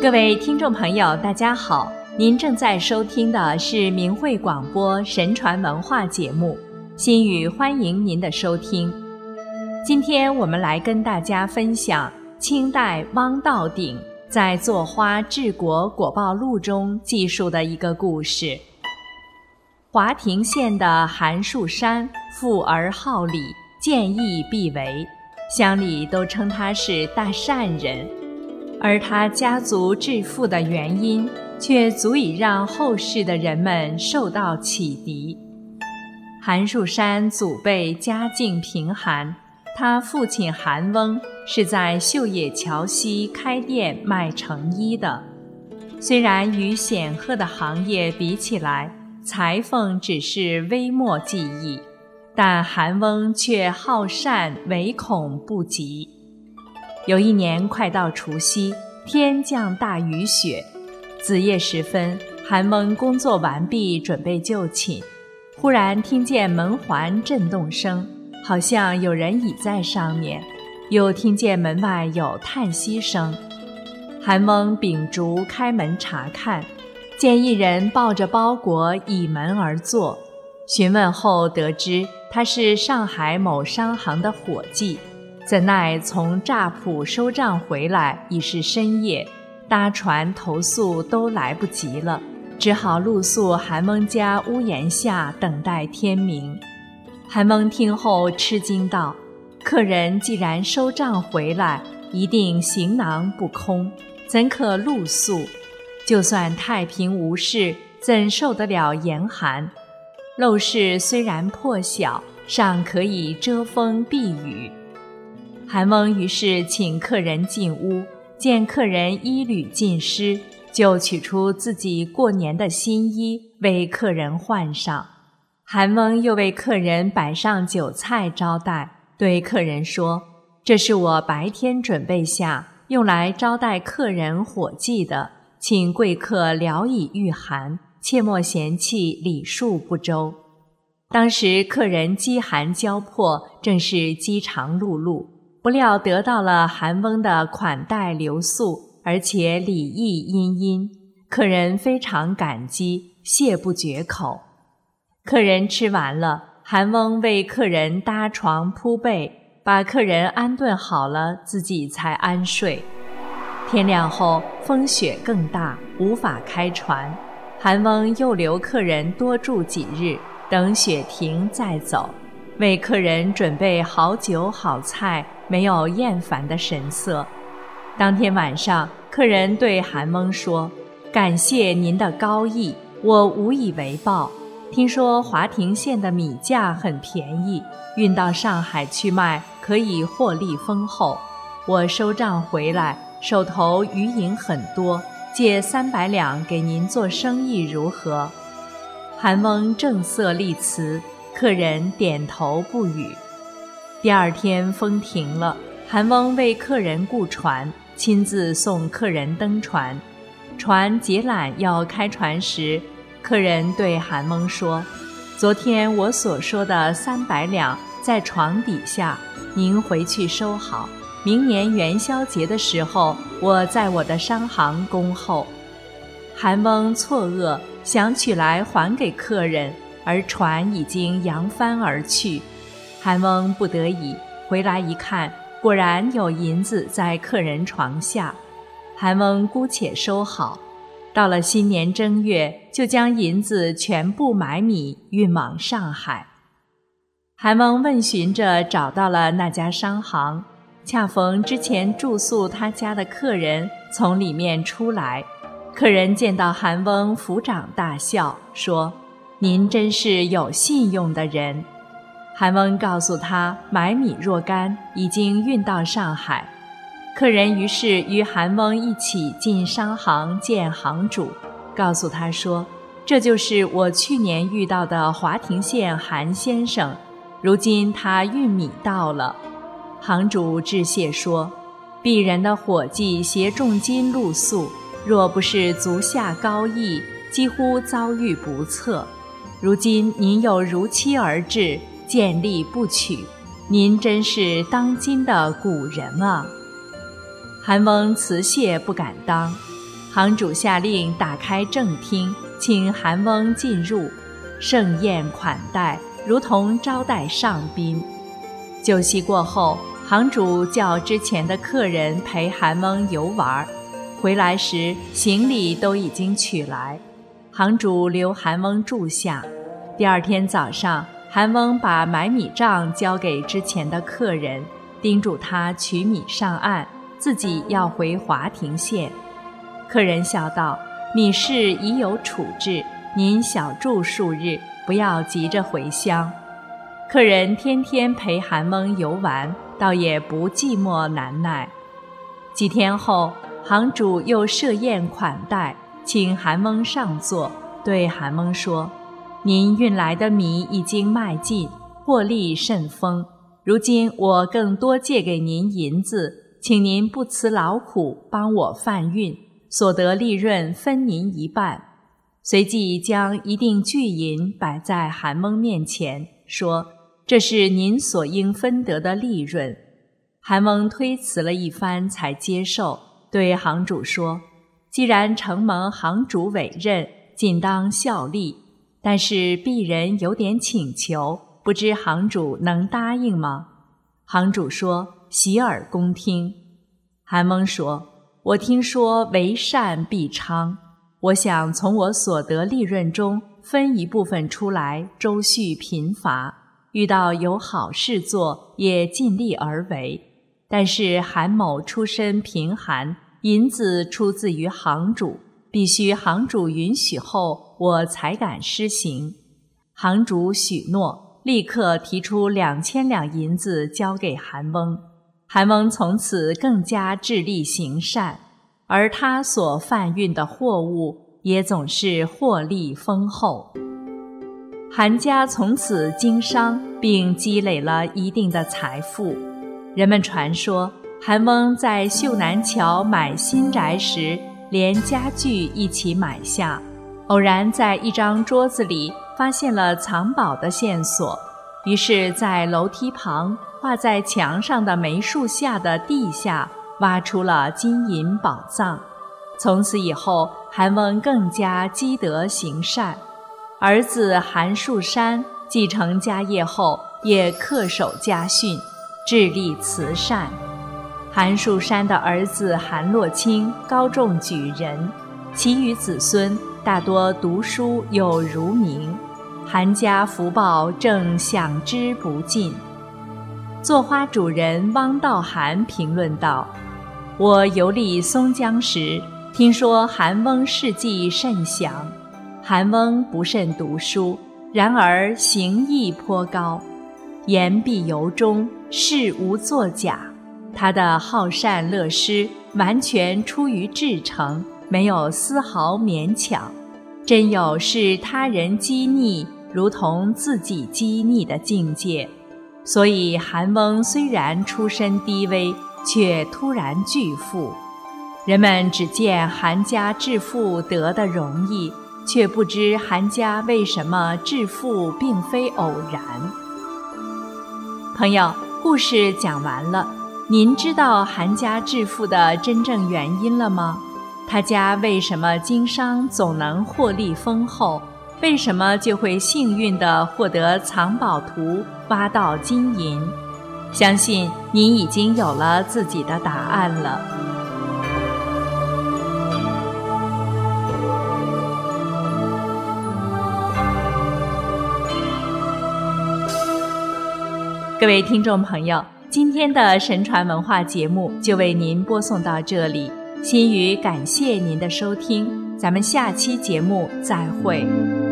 各位听众朋友，大家好，您正在收听的是明慧广播神传文化节目，心语欢迎您的收听。今天我们来跟大家分享清代汪道鼎在《作花治国果报录》中记述的一个故事。华亭县的韩树山富而好礼，见义必为，乡里都称他是大善人，而他家族致富的原因却足以让后世的人们受到启迪。韩树山祖辈家境贫寒，他父亲韩翁是在秀野桥西开店卖成衣的。虽然与显赫的行业比起来，裁缝只是微末技艺，但韩翁却好善，唯恐不及。有一年快到除夕，天降大雨雪，子夜时分，韩翁工作完毕，准备就寝，忽然听见门环震动声，好像有人倚在上面，又听见门外有叹息声。韩翁秉烛开门查看，见一人抱着包裹倚门而坐，询问后得知他是上海某商行的伙计，怎奈从乍浦收账回来已是深夜，搭船投宿都来不及了，只好露宿韩翁家屋檐下等待天明。韩翁听后吃惊道：客人既然收账回来，一定行囊不空，怎可露宿？就算太平无事，怎受得了严寒？陋室虽然破小，尚可以遮风避雨。韩翁于是请客人进屋，见客人衣履尽湿，就取出自己过年的新衣为客人换上。韩翁又为客人摆上酒菜招待，对客人说：这是我白天准备下，用来招待客人伙计的，请贵客聊以御寒，切莫嫌弃礼数不周。当时客人饥寒交迫，正是饥肠辘辘，不料得到了韩翁的款待留宿，而且礼义殷殷，客人非常感激，谢不绝口。客人吃完了，韩翁为客人搭床铺被，把客人安顿好了，自己才安睡。天亮后，风雪更大，无法开船。韩翁又留客人多住几日，等雪停再走，为客人准备好酒好菜，没有厌烦的神色。当天晚上，客人对韩翁说：感谢您的高义，我无以为报。听说华亭县的米价很便宜，运到上海去卖，可以获利丰厚。我收账回来，手头余银很多，借300两给您做生意如何？韩翁正色立辞，客人点头不语。第二天风停了，韩翁为客人雇船，亲自送客人登船。船解缆要开船时，客人对韩翁说：昨天我所说的300两在床底下，您回去收好，明年元宵节的时候，我在我的商行恭候。韩翁错愕，想取来还给客人，而船已经扬帆而去。韩翁不得已回来一看，果然有银子在客人床下。韩翁姑且收好，到了新年正月，就将银子全部买米运往上海。韩翁问询着找到了那家商行，恰逢之前住宿他家的客人从里面出来。客人见到韩翁，抚掌大笑，说：您真是有信用的人。韩翁告诉他买米若干，已经运到上海。客人于是与韩翁一起进商行见行主，告诉他说：这就是我去年遇到的华亭县韩先生，如今他运米到了。行主致谢说：鄙人的伙计携重金露宿，若不是足下高义，几乎遭遇不测。如今您又如期而至，见利不取，您真是当今的古人啊。韩翁辞谢不敢当。 行主下令打开正厅，请韩翁进入，盛宴款待，如同招待上宾。酒席过后，行主叫之前的客人陪韩翁游玩，回来时行李都已经取来，行主留韩翁住下。第二天早上，韩翁把买米账交给之前的客人，叮嘱他取米上岸，自己要回华亭县。客人笑道：米事已有处置，您小住数日，不要急着回乡。客人天天陪韩翁游玩，倒也不寂寞难耐。几天后，行主又设宴款待，请韩翁上座，对韩翁说：您运来的米已经卖尽，获利甚丰，如今我更多借给您银子，请您不辞劳苦帮我贩运，所得利润分您一半。随即将一锭巨银摆在韩翁面前，说：这是您所应分得的利润。韩翁推辞了一番才接受，对行主说：既然承蒙行主委任，尽当效力，但是鄙人有点请求，不知行主能答应吗？行主说：洗耳恭听。韩翁说：我听说为善必昌，我想从我所得利润中分一部分出来，周续贫乏，遇到有好事做，也尽力而为。但是韩某出身贫寒，银子出自于行主，必须行主允许后，我才敢施行。行主许诺，立刻提出2000两银子交给韩翁。韩翁从此更加致力行善，而他所贩运的货物也总是获利丰厚。韩家从此经商，并积累了一定的财富。人们传说，韩翁在秀南桥买新宅时，连家具一起买下，偶然在一张桌子里发现了藏宝的线索，于是在楼梯旁画在墙上的梅树下的地下挖出了金银宝藏。从此以后，韩翁更加积德行善。儿子韩树山继承家业后，也恪守家训，致力慈善。韩树山的儿子韩洛清高中举人，其余子孙大多读书有儒名，韩家福报正享之不尽。作花主人汪道涵评论道：我游历松江时，听说韩翁事迹甚详。韩翁不甚读书，然而行义颇高，言必由衷，事无作假。他的好善乐施完全出于至诚，没有丝毫勉强，真有视他人积逆如同自己积逆的境界。所以韩翁虽然出身低微，却突然巨富。人们只见韩家致富得的容易，却不知韩家为什么致富并非偶然。朋友，故事讲完了，您知道韩家致富的真正原因了吗？他家为什么经商总能获利丰厚？为什么就会幸运地获得藏宝图，挖到金银？相信您已经有了自己的答案了。各位听众朋友，今天的神传文化节目就为您播送到这里，心语感谢您的收听，咱们下期节目再会。